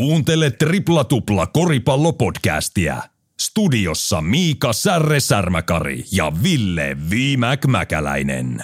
Kuuntele Tripla Tupla koripallopodcastia. Studiossa Miika Särre-Särmäkari ja Ville Viimäk-Mäkäläinen.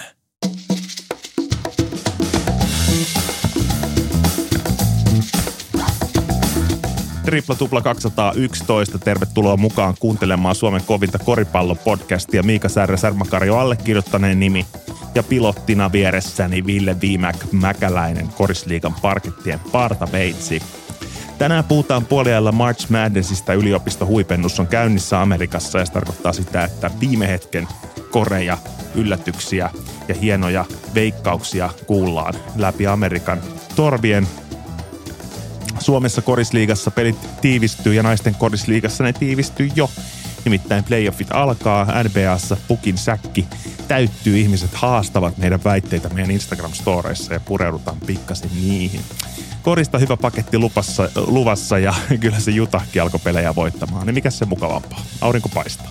Tripla Tupla 211. Tervetuloa mukaan kuuntelemaan Suomen kovinta koripallopodcastia. Miika Särre-Särmäkari on allekirjoittaneen nimi ja pilottina vieressäni Ville Viimäk-Mäkäläinen, Korisliigan parkettien partaveitsi. Tänään puhutaan puoliajalla March Madnessista. Yliopistohuipennus on käynnissä Amerikassa ja se tarkoittaa sitä, että viime hetken koreja, yllätyksiä ja hienoja veikkauksia kuullaan läpi Amerikan torvien. Suomessa korisliigassa pelit tiivistyy ja naisten korisliigassa ne tiivistyy jo. Nimittäin playoffit alkaa, NBA:ssa pukin säkki täyttyy, ihmiset haastavat meidän väitteitä meidän Instagram-storeissa ja pureudutaan pikkasen niihin. Korista hyvä paketti luvassa ja kyllä se Utahkin alkoi pelejä voittamaan. Niin mikä se mukavampaa? Aurinko paistaa.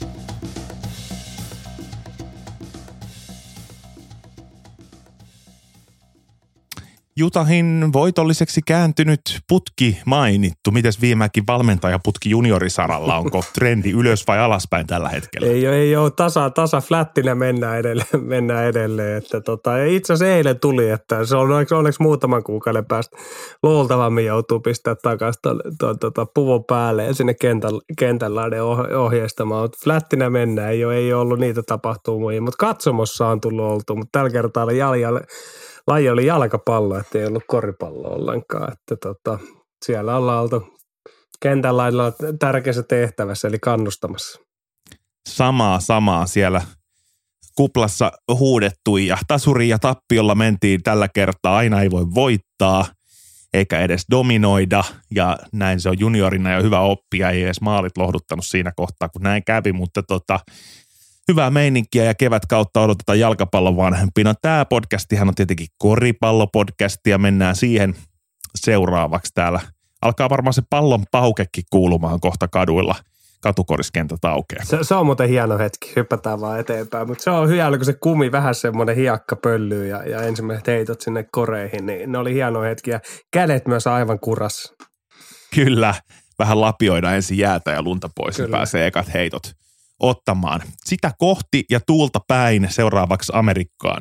Utahin voitolliseksi kääntynyt putki mainittu. Mites Viimäkin valmentajaputki juniorisaralla? Onko trendi ylös vai alaspäin tällä hetkellä? Ei ole tasa flättinä mennään edelleen. Että itse asiassa eilen tuli, että se on onneksi muutaman kuukauden päästä luultavammin joutuu pistää takaisin puvun päälle ja sinne kentällä ohjeistamaan. Mutta flättinä mennään, ei ole ollut niitä tapahtumia, mutta katsomossa on tullut oltu, mutta tällä kertaa laji oli jalkapallo, ettei ollut koripallo ollenkaan. Että siellä ollaan oltu kentän lailla tärkeässä tehtävässä, eli kannustamassa. Samaa siellä kuplassa huudettu ja tasuriin ja tappiolla mentiin tällä kertaa. Aina ei voi voittaa eikä edes dominoida ja näin se on juniorina ja hyvä oppia. Ei edes maalit lohduttanut siinä kohtaa, kun näin kävi, mutta hyvää meininkiä ja kevätkautta odotetaan jalkapallon vanhempina. Tämä podcastihan on tietenkin koripallopodcasti ja mennään siihen seuraavaksi täällä. Alkaa varmaan se pallon paukekin kuulumaan kohta kaduilla. Katukoriskentät aukeaa. Se on muuten hieno hetki, hypätään vaan eteenpäin. Mutta se on hyvä, kun se kumi vähän semmoinen hiakka pöllyy ja ensimmäiset heitot sinne koreihin, niin ne oli hieno hetki ja kädet myös aivan kuras. Kyllä, vähän lapioida ensin jäätä ja lunta pois ja pääsee ekat heitot ottamaan. Sitä kohti ja tuulta päin seuraavaksi Amerikkaan.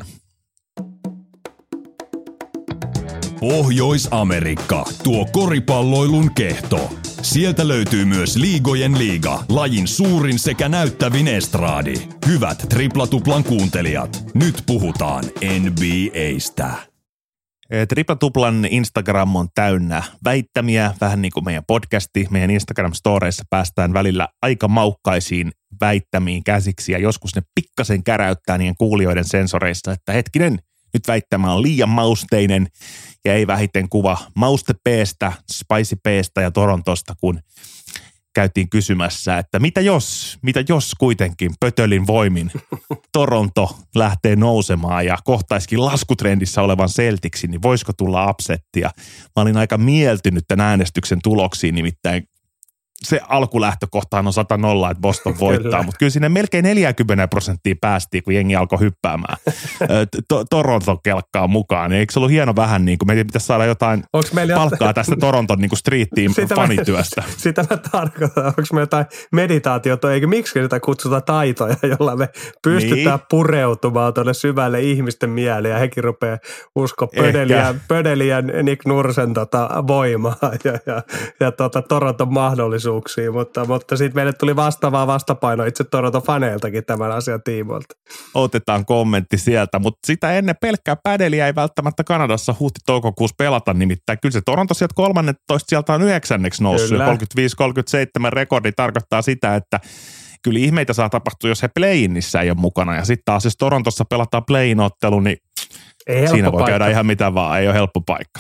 Pohjois-Amerikka, tuo koripalloilun kehto. Sieltä löytyy myös liigojen liiga, lajin suurin sekä näyttävin estraadi. Hyvät Tripla-tuplan kuuntelijat, nyt puhutaan NBA:stä. Tripla Tuplan Instagram on täynnä väittämiä, vähän niin kuin meidän podcasti. Meidän Instagram-storeissa päästään välillä aika maukkaisiin väittämiin käsiksi ja joskus ne pikkasen käräyttää niiden kuulijoiden sensoreissa, että hetkinen, nyt väittämä on liian mausteinen ja ei vähiten kuva Mauste P:stä, Spicy P:stä ja Torontosta, kun käytiin kysymässä, että mitä jos kuitenkin pötölin voimin Toronto lähtee nousemaan ja kohtaisikin laskutrendissä olevan Celticsin, niin voisiko tulla upsettia? Mä olin aika mieltynyt tämän äänestyksen tuloksiin, nimittäin se alkulähtökohtaan on 100-0, että Boston voittaa, mutta kyllä sinne melkein 40% päästiin, kun jengi alkoi hyppäämään Toronton kelkkaan mukaan. Eikö se ollut hieno vähän, niin kuin meidän pitäisi saada jotain palkkaa tästä Toronton niin kuin street-team fanityöstä? Sitä mä tarkoitan. Onko me jotain meditaatiota, eikä miksi sitä kutsuta taitoja, jolla me pystytään pureutumaan tuonne syvälle ihmisten mieleen ja hekin rupeaa uskoa Pödeliä Nick Nursen voimaa ja Toronton mahdollisuuksia. Mutta sitten meille tuli vastapaino itse Toronton faneiltakin tämän asian tiimoilta. Otetaan kommentti sieltä, mutta sitä ennen pelkkää pädeliä ei välttämättä Kanadassa huhti-toukokuussa pelata, nimittäin kyllä se Toronto sieltä 13, sieltä on 9 noussut. 35-37 rekordi tarkoittaa sitä, että kyllä ihmeitä saa tapahtua, jos he play-innissä ei ole mukana. Ja sitten taas jos Torontossa pelataan play-in-ottelu, niin siinä voi käydä ihan mitä vaan, ei ole helppo paikka.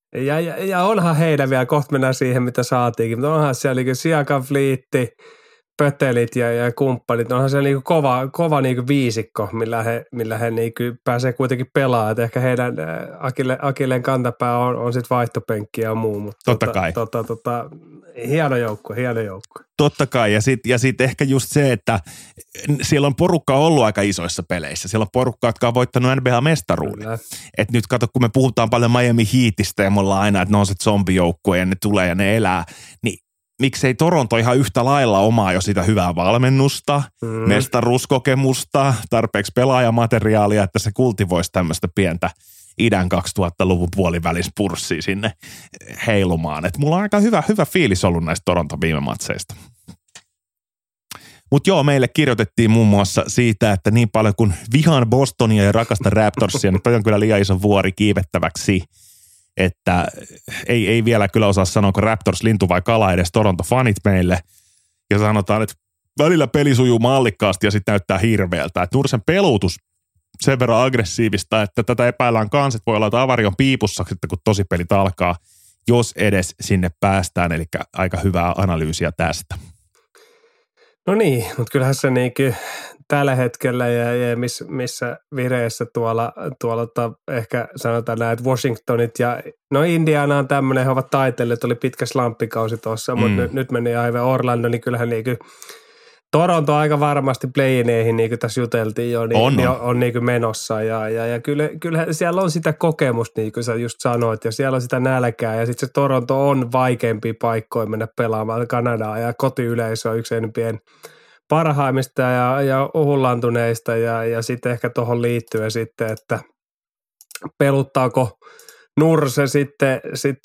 Ja onhan heidän vielä, kohta mennään siihen, mitä saatiinkin, mutta onhan siellä Siakam Fliitti, pötelit ja kumppanit, onhan se niinku kova niinku viisikko, millä he niinku pääsee kuitenkin pelaamaan. Et ehkä heidän Akilleen kantapää on sitten vaihtopenkki ja muu. Mutta totta kai. Hieno joukko. Totta kai, ja sit ehkä just se, että siellä on porukka ollut aika isoissa peleissä. Siellä on porukka, jotka on voittanut NBA-mestaruuden. Et nyt kato, kun me puhutaan paljon Miami Heatistä ja me ollaan aina, että ne on se zombijoukkue ja ne tulee ja ne elää, niin miksei Toronto ihan yhtä lailla omaa jo sitä hyvää valmennusta, mestaruuskokemusta, tarpeeksi pelaajamateriaalia, että se kultivoisi tämmöistä pientä idän 2000-luvun puolivälin Spurssia sinne heilumaan. Et mulla on aika hyvä fiilis ollut näistä Toronton viime matseista. Mutta joo, meille kirjoitettiin muun muassa siitä, että niin paljon kuin vihaan Bostonia ja rakasta Raptorsia, niin toi on kyllä liian iso vuori kiivettäväksi, että ei vielä kyllä osaa sanoa, onko Raptors lintu vai kala edes Toronto-fanit meille. Ja sanotaan, että välillä peli sujuu mallikkaasti ja sitten näyttää hirveältä. Että Nursen pelutus sen verran aggressiivista, että tätä epäillään kanssa, että voi olla, että avari on piipussa sitten, kun tosipelit alkaa, jos edes sinne päästään. Eli aika hyvää analyysiä tästä. No niin, mutta kyllähän se niinkin tällä hetkellä ja missä vireessä tuolla ehkä sanotaan näin, että Washingtonit ja no Indiana on tämmöinen, he ovat taiteilleet, oli pitkä slamppikausi tuossa, mutta nyt meni aivan Orlando, niin kyllähän niin Toronto aika varmasti play-ineihin, niin kuin tässä juteltiin jo, niin on niin kuin menossa ja kyllä siellä on sitä kokemusta, niin kuin sä just sanoit, ja siellä on sitä nälkää ja sitten se Toronto on vaikeampia paikkoja mennä pelaamaan Kanadaa ja kotiyleisö on yksi enempien parhaimmista ja uhullantuneista ja sitten ehkä tuohon liittyen sitten, että peluttaako Nurse sitten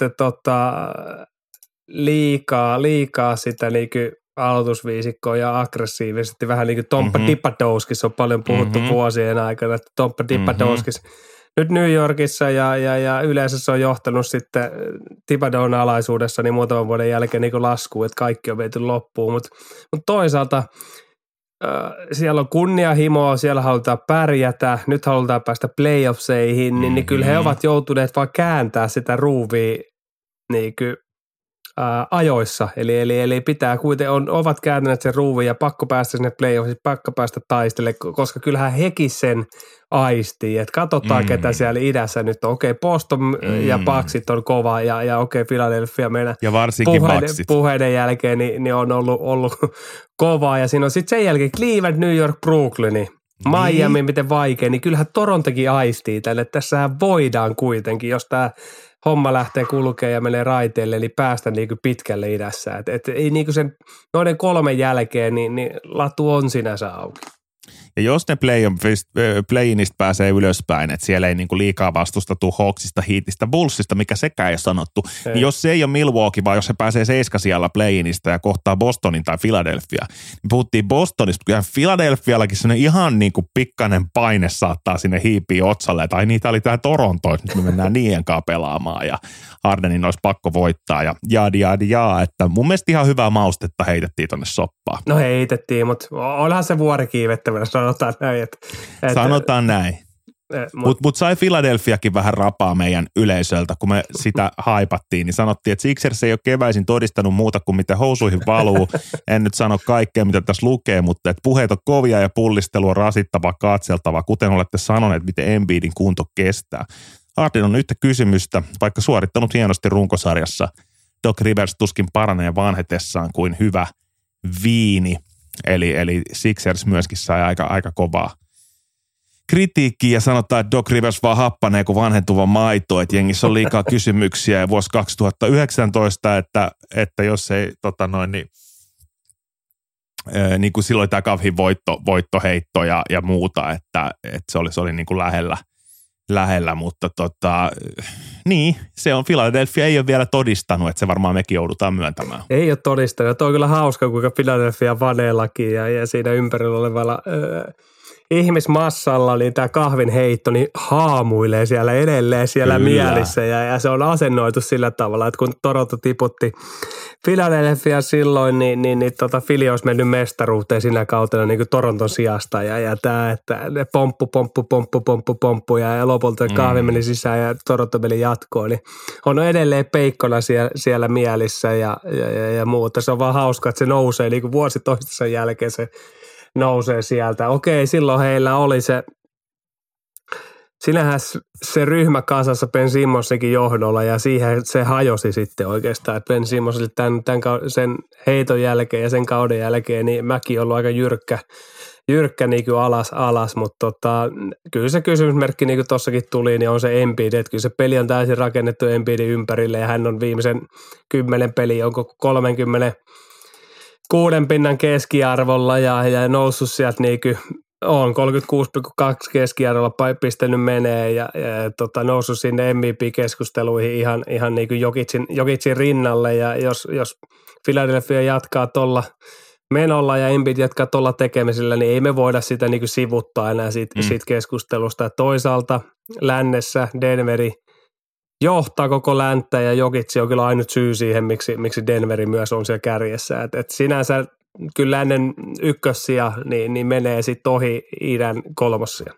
liikaa sitä niinku aloitusviisikkoa ja aggressiivisesti, vähän niin kuin Tomppa Dipadouskis on paljon puhuttu vuosien aikana, että Tomppa Dipadouskis nyt New Yorkissa ja yleensä se on johtanut sitten Thibodeaun alaisuudessa niin muutaman vuoden jälkeen niin kuin laskuun, että kaikki on viety loppuun, mutta toisaalta siellä on kunnianhimoa, siellä halutaan pärjätä, nyt halutaan päästä playoffseihin, niin kyllä he ovat joutuneet vaan kääntää sitä ruuvia niin kuin ajoissa, eli pitää kuitenkin, ovat kääntäneet sen ruuvin ja pakko päästä sinne playoffsiin, pakko päästä taistelemaan, koska kyllähän hekin sen aistii, että katsotaan ketä siellä idässä nyt on. Okei, Boston ja Bucksit on kova ja okei, Philadelphia meidän ja varsinkin puheiden jälkeen niin on ollut kovaa ja siinä on sitten sen jälkeen Cleveland, New York, Brooklyn, Miami, miten vaikea, niin kyllähän Torontokin aistii tälle. Tässähän voidaan kuitenkin, jos tämä homma lähtee kulkemaan ja menee raiteille, niin päästä niin kuin pitkälle idässä. Et ei niin kuin sen noiden 3 jälkeen, niin latu on sinänsä auki. Ja jos ne play-inistä pääsee ylöspäin, että siellä ei niinku liikaa vastusta Hawksista, Heatistä, Bullsista, mikä sekään ei ole sanottu, niin jos se ei ole Milwaukee, vaan jos se pääsee 7 siellä play-inistä ja kohtaa Bostonin tai Philadelphia, niin puhuttiin Bostonista, kyllähän Philadelphiallakin sellainen ihan niinku pikkainen paine saattaa sinne hiipiä otsalle, tai niitä oli tää Toronto, että nyt me mennään niidenkaan pelaamaan ja Hardenin olisi pakko voittaa ja että mun mielestä ihan hyvää maustetta heitettiin tonne soppaan. No heitettiin, mutta onhan se vuori kiivettävänä, sanotaan näin. Sanotaan näin. Mutta sai Philadelphiakin vähän rapaa meidän yleisöltä, kun me sitä haipattiin, niin sanottiin, että Sixers ei ole keväisin todistanut muuta kuin mitä housuihin valuu. En nyt sano kaikkea, mitä tässä lukee, mutta että puheet on kovia ja pullistelu on rasittavaa, katseltavaa, kuten olette sanoneet, miten Embiidin kunto kestää. Harden on yhtä kysymystä, vaikka suorittanut hienosti runkosarjassa. Doc Rivers tuskin paranee vanhetessaan kuin hyvä viini. Eli Sixers myöskin sai aika kovaa kritiikkiä ja sanotaan, että Doc Rivers vaan happanee kuin vanhentuva maito, että jengissä on liikaa kysymyksiä ja vuosi 2019, että jos ei niin kuin silloin tämä Cavhin voittoheitto ja muuta, että se oli niin kuin lähellä, mutta niin, se on Philadelphia ei ole vielä todistanut, että se varmaan mekin joudutaan myöntämään. Ei ole todistanut. Tuo on kyllä hauska, kuinka Philadelphia vaneellakin ja siinä ympärillä olevalla ihmismassalla, niin tämä kahvin heitto niin haamuilee siellä edelleen siellä mielissä ja se on asennoitu sillä tavalla, että kun Toronto tiputti Philadelphia silloin, niin Philly olisi mennyt mestaruuteen siinä kautena niin kuin Toronton sijasta ja tämä, että ne pomppu ja lopulta kahvi meni sisään ja Toronto meni jatkoon, niin on edelleen peikkona siellä mielissä ja muuta. Se on vaan hauska, että se nousee niin kuin vuosi toistensa jälkeen se nousee sieltä. Okei, silloin heillä oli se, sinähän se ryhmä kasassa Ben Simmonsinkin johdolla ja siihen se hajosi sitten oikeastaan, että Ben Simmons oli sen heiton jälkeen ja sen kauden jälkeen, niin mäkin ollut aika jyrkkä niin kuin alas, mutta kyllä se kysymysmerkki niin kuin tossakin tuli, niin on se Embiid, että kyllä se peli on täysin rakennettu Embiidin ympärille ja hän on viimeisen 10 peliä, onko 36 pinnan keskiarvolla ja noussut sieltä niin kuin on 36,2 keskiarvolla pistänyt menee ja noussut sinne MVP-keskusteluihin ihan niin kuin Jokicin rinnalle ja jos Philadelphia jatkaa tuolla menolla ja Embiid jatkaa tuolla tekemisellä, niin ei me voida sitä niin kuin sivuttaa enää siitä keskustelusta. Ja toisaalta lännessä Denveri johtaa koko länttä ja Jokic on kyllä ainut syy siihen, miksi Denveri myös on siellä kärjessä. Et sinänsä kyllä lännen ykkössiä niin menee sitten ohi idän kolmossia.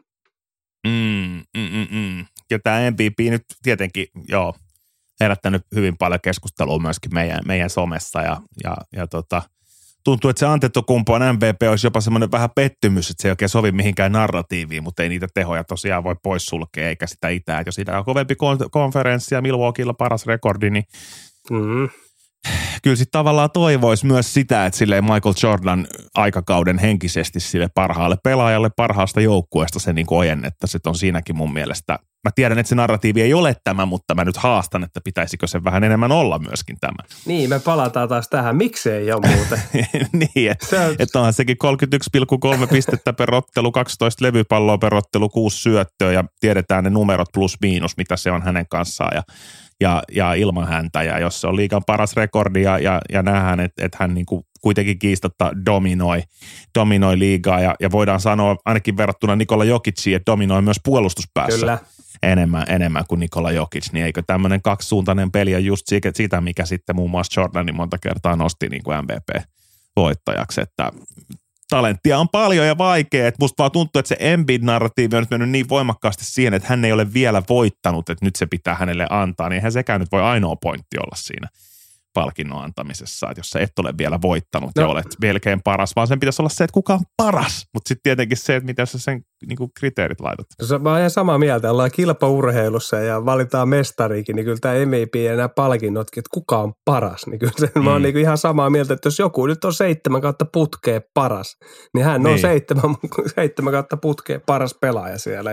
Ja tämä MVP nyt tietenkin, herättänyt hyvin paljon keskustelua myöskin meidän somessa ja tuntuu, että se Antetokounmpon MVP olisi jopa semmoinen vähän pettymys, että se ei oikein sovi mihinkään narratiiviin, mutta ei niitä tehoja tosiaan voi poissulkea eikä sitä itää. Jos siinä on kovempi konferenssi ja Milwaukeella paras rekordi, niin kyllä sitten tavallaan toivoisi myös sitä, että silleen Michael Jordan aikakauden henkisesti sille parhaalle pelaajalle parhaasta joukkueesta se niin kuin ojennettaisiin, että on siinäkin mun mielestä. Mä tiedän, että se narratiivi ei ole tämä, mutta mä nyt haastan, että pitäisikö se vähän enemmän olla myöskin tämä. Niin, me palataan taas tähän. Miksei ole muuten? Niin, että onhan sekin 31,3 pistettä per ottelu, 12 levypalloa per ottelu, 6 syöttöä ja tiedetään ne numerot plus miinus, mitä se on hänen kanssaan ja ilman häntä. Ja jos se on liigan paras rekordi ja nähdään, että hän niin kuin kuitenkin kiistatta dominoi liigaa ja voidaan sanoa ainakin verrattuna Nikola Jokiciin, että dominoi myös puolustuspäässä. Kyllä. Enemmän kuin Nikola Jokic, niin eikö tämmöinen kaksisuuntainen peli on just sitä, mikä sitten muun muassa Jordanin monta kertaa nosti niin kuin MVP-voittajaksi, että talenttia on paljon ja vaikea, että musta vaan tuntuu, että se Embiid-narratiivi on nyt mennyt niin voimakkaasti siihen, että hän ei ole vielä voittanut, että nyt se pitää hänelle antaa, niin eihän sekään nyt voi ainoa pointti olla siinä palkinnon antamisessa, että jos sä et ole vielä voittanut ja olet melkein paras, vaan sen pitäisi olla se, että kuka on paras, mutta sitten tietenkin se, että miten sä sen niin kuin kriteerit laitat. Mä oon ihan samaa mieltä, ollaan kilpaurheilussa ja valitaan mestariikin, niin kyllä tämä MVP ja nämä palkinnotkin, että kuka on paras, niin kyllä se, mä oon niin kuin ihan samaa mieltä, että jos joku nyt on 7 kautta putkeen paras, niin hän on 7 kautta putkeen paras pelaaja siellä.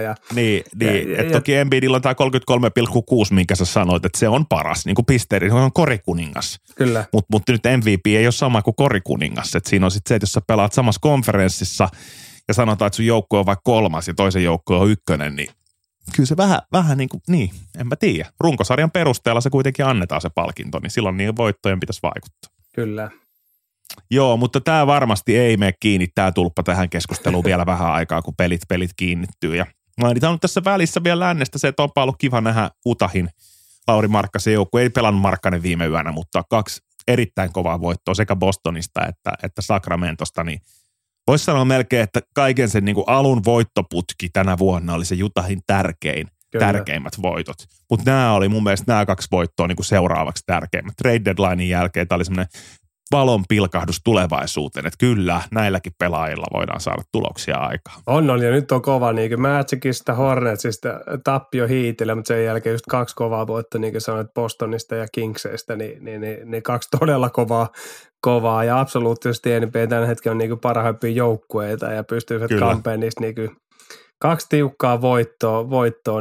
Toki Embiidillä on tämä 33,6, minkä sä sanoit, että se on paras, niin kuin pisteeri, se on korikuningas. Kyllä. Mutta nyt MVP ei ole sama kuin korikuningas. Et siinä on sitten se, että jos sä pelaat samassa konferenssissa ja sanotaan, että sun joukko on vaikka 3 ja toisen joukko on 1, niin kyllä se vähän niin kuin, en mä tiedä. Runkosarjan perusteella se kuitenkin annetaan se palkinto, niin silloin niiden voittojen pitäisi vaikuttaa. Kyllä. Joo, mutta tämä varmasti ei mene kiinni, tämä tulppa tähän keskusteluun vielä vähän aikaa, kun pelit kiinnittyy. Ja mainitaan nyt tässä välissä vielä lännestä se, että onpa ollut kiva nähdä Utahin Lauri Markkasen joukkue. Ei pelannut Markkanen viime yönä, mutta 2 erittäin kovaa voittoa sekä Bostonista että Sacramentosta, niin voisi sanoa melkein, että kaiken sen niin kuin alun voittoputki tänä vuonna oli se Utahin tärkeimmät voitot. Mutta nämä oli mun mielestä nämä 2 voittoa niin kuin seuraavaksi tärkeimmät. Trade deadlinein jälkeen tämä oli semmoinen valon pilkahdus tulevaisuuteen, että kyllä näilläkin pelaajilla voidaan saada tuloksia aikaan. On ja nyt on kova, niin kuin Magicista, Hornetsista, tappio Heatille, mutta sen jälkeen just 2 kovaa voittoa, niin kuin sanoit Bostonista ja Kingsistä, niin 2 todella kovaa ja absoluuttisesti NBA tällä hetkellä on niin kuin parhaimpia joukkueita ja pystyy kampeen niistä niin kuin 2 tiukkaa voittoa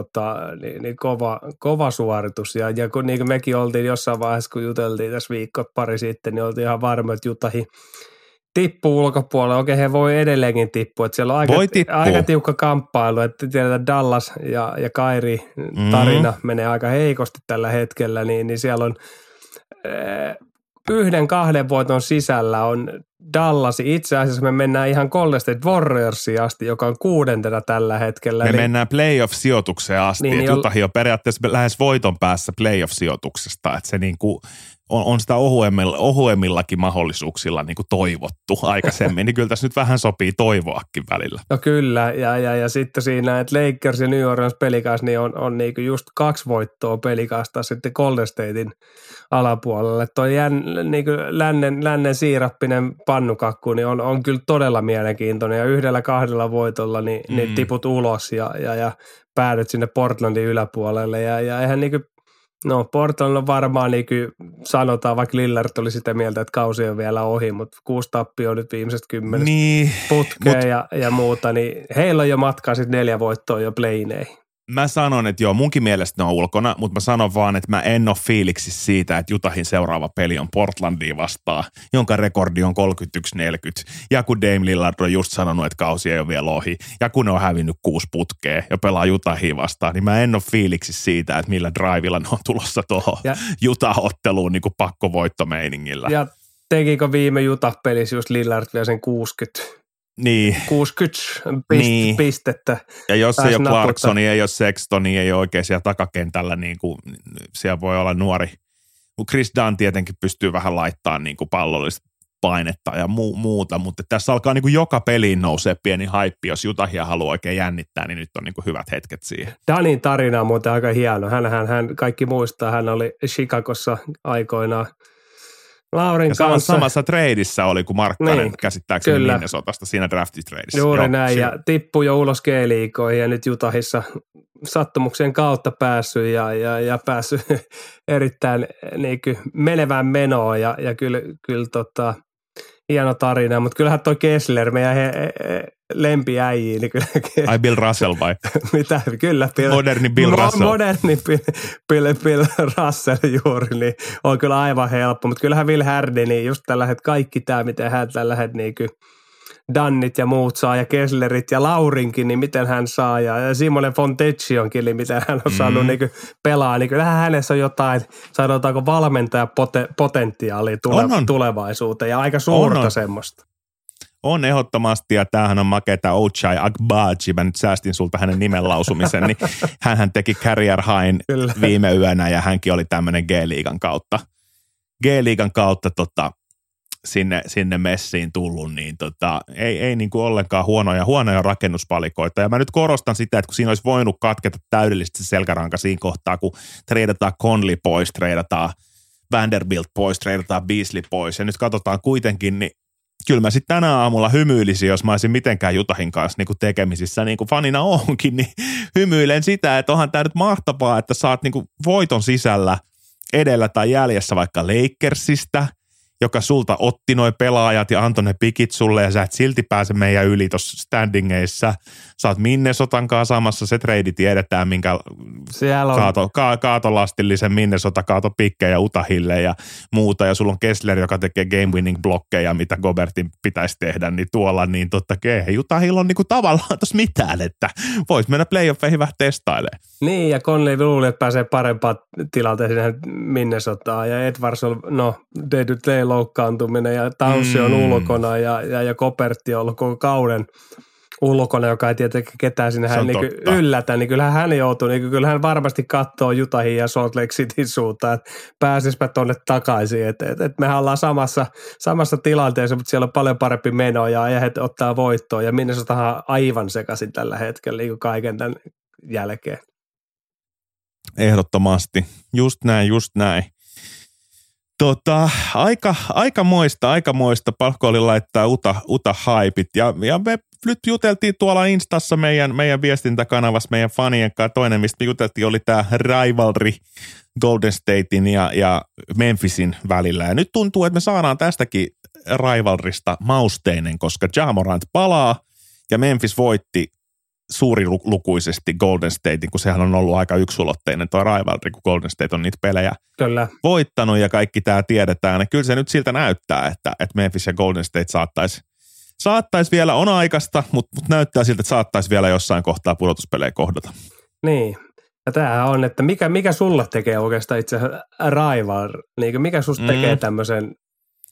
niin kova suoritus. Ja kun niin kuin mekin oltiin jossain vaiheessa, kun juteltiin tässä pari sitten, niin oltiin ihan varma, että Utahi tippuu ulkopuolella. Okei, he voi edelleenkin tippua. Että siellä on aika tiukka kamppailu, että tiedetään Dallas ja Kairi tarina menee aika heikosti tällä hetkellä, niin siellä on 1-2 voiton sisällä on Dallasi. Itse asiassa me mennään ihan Golden State Warriorsiin asti, joka on 6. tällä hetkellä. Me mennään playoff-sijoitukseen asti, että Utah on periaatteessa lähes voiton päässä playoff-sijoituksesta, että se niinku on sitä ohuemmillakin mahdollisuuksilla niinku toivottu aikaisemmin, niin kyllä tässä nyt vähän sopii toivoakin välillä. No kyllä, ja sitten siinä, että Lakers ja New Orleans Pelicans niin on niinku just 2 voittoa Pelicasta sitten Golden Statein alapuolelle. Toi niinku lännen siirappinen pannukakku niin on kyllä todella mielenkiintoinen, ja 1-2 voitolla niin tiput ulos ja päädyt sinne Portlandin yläpuolelle, ja eihän niinku no Portland on varmaan niin kuin sanotaan, vaikka Lillard oli sitä mieltä, että kausi on vielä ohi, mutta 6 tappia on nyt viimeisestä 10 putkea ja muuta, niin heillä on jo matkaa sitten 4 voittoa jo play-ineihin. Mä sanon, että joo, munkin mielestä ne on ulkona, mutta mä sanon vaan, että mä en ole fiiliksissä siitä, että Utahin seuraava peli on Portlandia vastaan, jonka rekordi on 31-40. Ja kun Dame Lillard on just sanonut, että kausi ei ole vielä ohi, ja kun ne on hävinnyt 6 putkea ja pelaa Utahia vastaan, niin mä en ole fiiliksissä siitä, että millä drivilla ne on tulossa tuohon Utah-otteluun niin kuin pakkovoittomeiningillä. Ja tekikö viime Utah-pelissä just Lillard vielä sen 60? Niin. 60 pistettä. Ja jos ei ole Clarksoni, ei ole Sextoni, ei ole oikein siellä takakentällä, niin kuin, siellä voi olla nuori. Chris Dunn tietenkin pystyy vähän laittamaan niin kuin pallollista painetta ja muuta, mutta tässä alkaa niin kuin joka peliin nousee pieni haippi. Jos Utahia haluaa oikein jännittää, niin nyt on niin kuin hyvät hetket siihen. Dunnin tarina on muuten aika hieno. Hän kaikki muistaa, hän oli Chicagossa aikoinaan Laurin kanssa. Samassa treidissä oli kuin Markkanen käsittääkseni Minnesotasta siinä drafti-treidissä. Juuri näin, ja tippui jo ulos G-liigoihin ja nyt Utahissa sattumuksien kautta päässyt ja päässyt erittäin niin kuin menevään menoon ja kyllä hieno tarina, mutta kyllähän toi Kessler, meidän lempiäjiä, niin kyllä. Ai Bill Russell vai? Mitä? Kyllä. Moderni Bill Russell. Moderni Bill Russell juuri, niin on kyllä aivan helppo, mutta kyllähän Will Hardy, niin just tällä hetkellä kaikki tämä, miten hän tällä hetkellä niin kuin Dunnit ja muut saa ja Kesslerit ja Laurinkin, niin miten hän saa ja Simone Fontecchionkin, niin miten hän on saanut niin kuin pelaa, niin kyllähän hänessä on jotain, sanotaanko valmentajapotentiaalia tulevaisuuteen ja aika suurta semmoista. On ehdottomasti, ja tämähän on makeata Ochai Agbaji, mä nyt säästin sulta hänen nimen lausumisen, niin hänhän teki career highin viime yönä ja hänkin oli tämmöinen G-liigan kautta sinne messiin tullut, niin ei niin kuin ollenkaan huonoja rakennuspalikoita. Ja mä nyt korostan sitä, että kun siinä olisi voinut katketa täydellisesti selkäranka siinä kohtaa, kun treidataan Conley pois, treidataan Vanderbilt pois, treidataan Beasley pois, ja nyt katsotaan kuitenkin, niin kyllä mä sitten tänä aamulla hymyilisin, jos mä olisin mitenkään Utahin kanssa niin kuin tekemisissä, niin kuin fanina onkin, niin hymyilen sitä, että onhan tämä nyt mahtavaa, että saat niin kuin voiton sisällä edellä tai jäljessä vaikka Lakersista, joka sulta otti noi pelaajat ja antoi ne pikit sulle ja sä et silti pääse meidän yli tuossa standingeissa. Sä oot Minnesotan kanssa samassa, se treidi tiedetään, minkä kaatolastillisen Minnesota kaato pikkejä Utahille ja muuta. Ja sulla on Kessler, joka tekee game winning blokkeja, mitä Gobertin pitäisi tehdä, niin tuolla niin totta kai Utahilla on niinku tavallaan tuossa mitään, että vois mennä playoffeihin vähän testailemaan. Niin, ja Conley luuli, että pääsee parempaan tilanteeseen Minnesotaan ja Edwards on, day loukkaantuminen ja Taussi on ulkona ja Kopertti on ollut koko kauden ulkona, joka ei tietenkin ketään sinne hän niin yllätä, niin kyllähän hän joutuu, niin kyllähän hän varmasti katsoo Utahin ja Salt Lake Cityn suuntaan, että pääsispä tuonne takaisin, että mehän ollaan samassa tilanteessa, mutta siellä on paljon parempi meno ja he ottaa voittoa ja Minnesotahan aivan sekaisin tällä hetkellä niin kaiken tämän jälkeen. Ehdottomasti. Just näin. Aikamoista pakko oli laittaa Utah-haipit ja me nyt juteltiin tuolla Instassa meidän viestintäkanavassa meidän fanien kanssa. Toinen, mistä me juteltiin, oli tämä rivalry Golden Statein ja Memphisin välillä. Ja nyt tuntuu, että me saadaan tästäkin rivalrysta mausteinen, koska Ja Morant palaa ja Memphis voitti suurilukuisesti Golden Statein, kun sehän on ollut aika yksulotteinen tuo rivalry, kun Golden State on niitä pelejä voittanut ja kaikki tämä tiedetään. Ja kyllä se nyt siltä näyttää, että Memphis ja Golden State saattaisi vielä, on aikaista, mutta näyttää siltä, että saattaisi vielä jossain kohtaa pudotuspelejä kohdata. Niin, ja tämähän on, että mikä sulla tekee oikeastaan itse rival, niin mikä susta tekee tämmöisen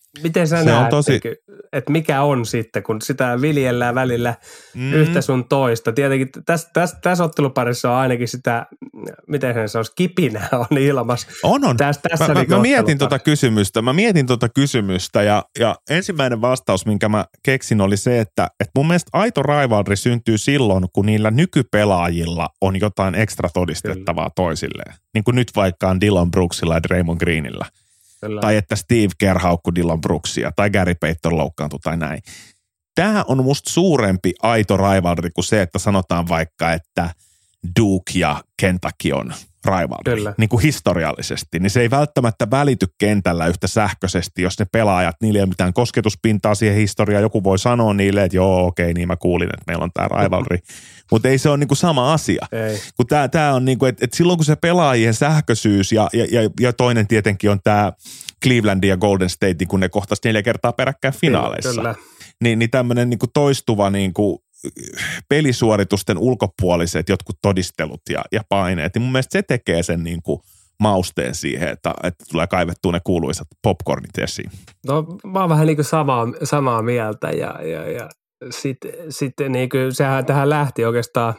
Miten sä näet, että mikä on sitten, kun sitä viljellään välillä yhtä sun toista? Tietenkin tässä otteluparissa on ainakin sitä, miten se olisi, kipinää on ilmassa. On. Mä mietin tuota kysymystä ja ensimmäinen vastaus, minkä mä keksin, oli se, että mun mielestä aito rivalry syntyy silloin, kun niillä nykypelaajilla on jotain ekstra todistettavaa toisilleen. Niin kuin nyt vaikka on Dillon Brooksilla ja Draymond Greenillä. Kyllä. Tai että Steve Kerr haukkui Dillon Brooksia tai Gary Payton loukkaantui tai näin. Tämä on musta suurempi aito rivalry kuin se, että sanotaan vaikka, että Duke ja Kentucky on rivalry. Niin kuin historiallisesti. Niin se ei välttämättä välity kentällä yhtä sähköisesti, jos ne pelaajat, niillä ei ole mitään kosketuspintaa siihen historiaan. Joku voi sanoa niille, että joo, okei, niin mä kuulin, että meillä on tämä rivalry. Mutta ei se ole niinku sama asia. Ei. Kun tämä on niinku, että silloin kun se pelaajien sähköisyys ja toinen tietenkin on tämä Cleveland ja Golden State, kun ne kohtasivat 4 kertaa peräkkäin finaaleissa. Niin tämmöinen niinku toistuva niinku pelisuoritusten ulkopuoliset jotkut todistelut ja paineet. Ja mun mielestä se tekee sen niinku mausteen siihen, että tulee kaivettua ne kuuluisat popcornit esiin. No mä oon vähän niinku samaa mieltä ja sitten niin kuin sehän tähän lähti oikeastaan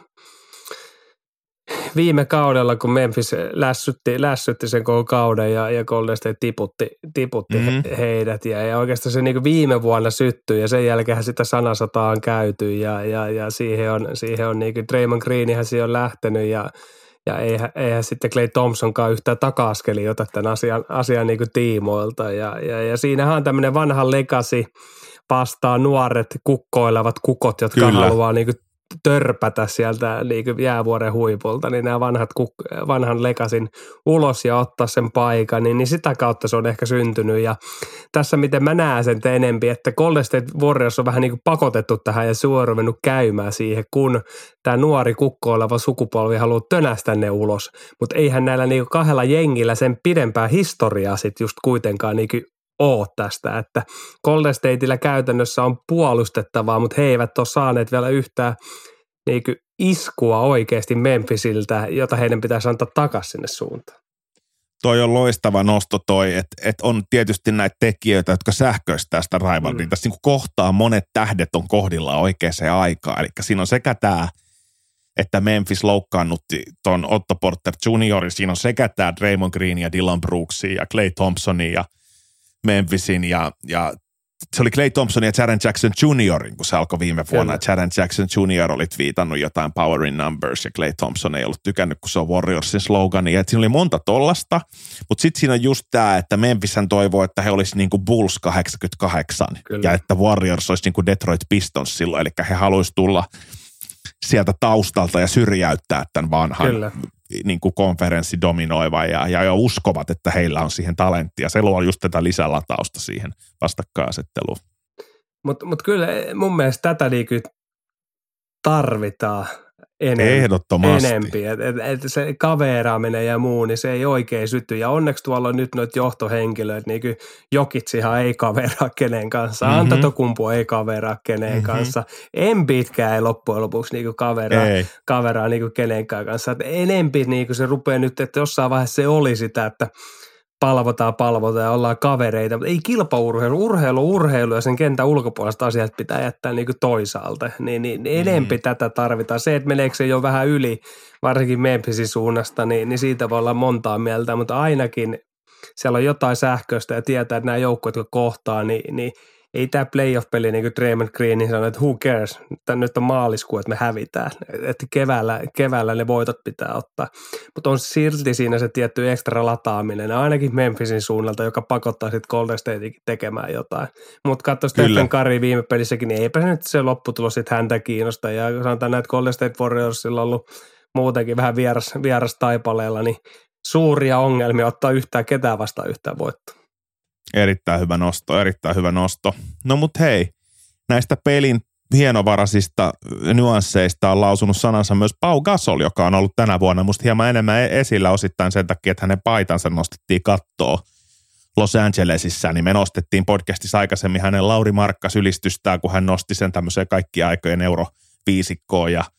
viime kaudella, kun Memphis lässytti sen koko kauden ja Golden State tiputti heidät. Ja oikeastaan se niin kuin viime vuonna syttyi ja sen jälkeen sitä sanasotaa on käyty ja siihen on niin kuin Draymond Greenihän siihen on lähtenyt ja eihän sitten Klay Thompsonkaan yhtään taka-askeli ota tämän asian niin kuin tiimoilta. Ja siinähän on tämmöinen vanha legacy vastaa nuoret kukkoilevat kukot, jotka haluaa niin kuin törpätä sieltä niin kuin jäävuoren huipulta, niin nämä vanhan lekasin ulos ja ottaa sen paikan, niin sitä kautta se on ehkä syntynyt. Ja tässä miten mä näen sen enempi, että Golden State Warriors on vähän niin kuin pakotettu tähän ja se on ruvennut käymään siihen, kun tämä nuori kukkoileva sukupolvi haluaa tönästä ne ulos. Mutta eihän näillä niin kuin 2 jengillä sen pidempää historiaa sitten just kuitenkaan niin kuin ole tästä, että Golden Stateillä käytännössä on puolustettavaa, mutta he eivät ole saaneet vielä yhtään niin kuin iskua oikeasti Memphisiltä, jota heidän pitäisi antaa takaisin sinne suuntaan. Toi on loistava nosto toi, että on tietysti näitä tekijöitä, jotka sähköistää sitä rivalrya. Tässä niin kuin kohtaa monet tähdet on kohdilla oikeaan aikaan. Eli siinä on sekä tämä, että Memphis loukkaannutti ton Otto Porter Jr. Siinä on sekä tämä Draymond Green ja Dillon Brooksia ja Klay Thompsonin ja Memphisin ja se oli Klay Thompson ja Jaren Jackson Jr., kun se alkoi viime vuonna. Jaren Jackson Jr. oli twiitannut jotain power in numbers ja Klay Thompson ei ollut tykännyt, kun se on Warriorsin slogani. Ja siinä oli monta tollasta, mutta sitten siinä on just tämä, että Memphishän toivoo, että he olisi niin kuin Bulls 88 ja että Warriors olisi niin kuin Detroit Pistons silloin. Eli he haluaisi tulla sieltä taustalta ja syrjäyttää tämän vanhan niin kuin konferenssi dominoiva ja uskovat, että heillä on siihen talenttia. Se luo just tätä lisälatausta siihen vastakkainasetteluun. Mutta kyllä mun mielestä tätä niinku tarvitaan ehdottomasti. Että se kaveraaminen ja muu, niin se ei oikein syty. Ja onneksi tuolla on nyt noita johtohenkilöitä, niin kuin Jokitsihan ei kaveraa kenen kanssa, Antetokounmpo ei kaveraa kenen kanssa, Embiidkään ei loppujen lopuksi niin kaveraa niin kuin kenenkään kanssa. Et enempi niin kuin se rupeaa nyt, että jossain vaiheessa se oli sitä, että palvotaan ja ollaan kavereita, mutta ei urheilu ja sen kentän ulkopuolista asiat pitää jättää niin kuin toisaalta. Niin enempi tätä tarvitaan. Se, että meneekö se jo vähän yli, varsinkin Memphisin suunnasta, niin siitä voi olla montaa mieltä, mutta ainakin siellä on jotain sähköistä ja tietää, että nämä joukkueet, jotka kohtaa, niin ei tämä playoff-peli niin kuin Draymond Green sanoo, että who cares, nyt on maaliskuu, että me hävitään, että keväällä ne voitot pitää ottaa, mutta on silti siinä se tietty ekstra lataaminen, ainakin Memphisin suunnalta, joka pakottaa sitten Golden Statekin tekemään jotain, mutta katso Stephen Curry viime pelissäkin, niin eipä se nyt se lopputulos sitten häntä kiinnosta, ja sanotaan näitä Golden State Warriorsilla on ollut muutenkin vähän vieras taipaleella, niin suuria ongelmia ottaa yhtään ketään vastaan yhtään voittoa. Erittäin hyvä nosto. No mut hei, näistä pelin hienovaraisista nyansseista on lausunut sanansa myös Pau Gasol, joka on ollut tänä vuonna musta hieman enemmän esillä osittain sen takia, että hänen paitansa nostettiin kattoon Los Angelesissa, niin me nostettiin podcastissa aikaisemmin hänen Lauri Markkas-ylistystään, kun hän nosti sen tämmöiseen kaikkien aikojen euroviisikkoon ja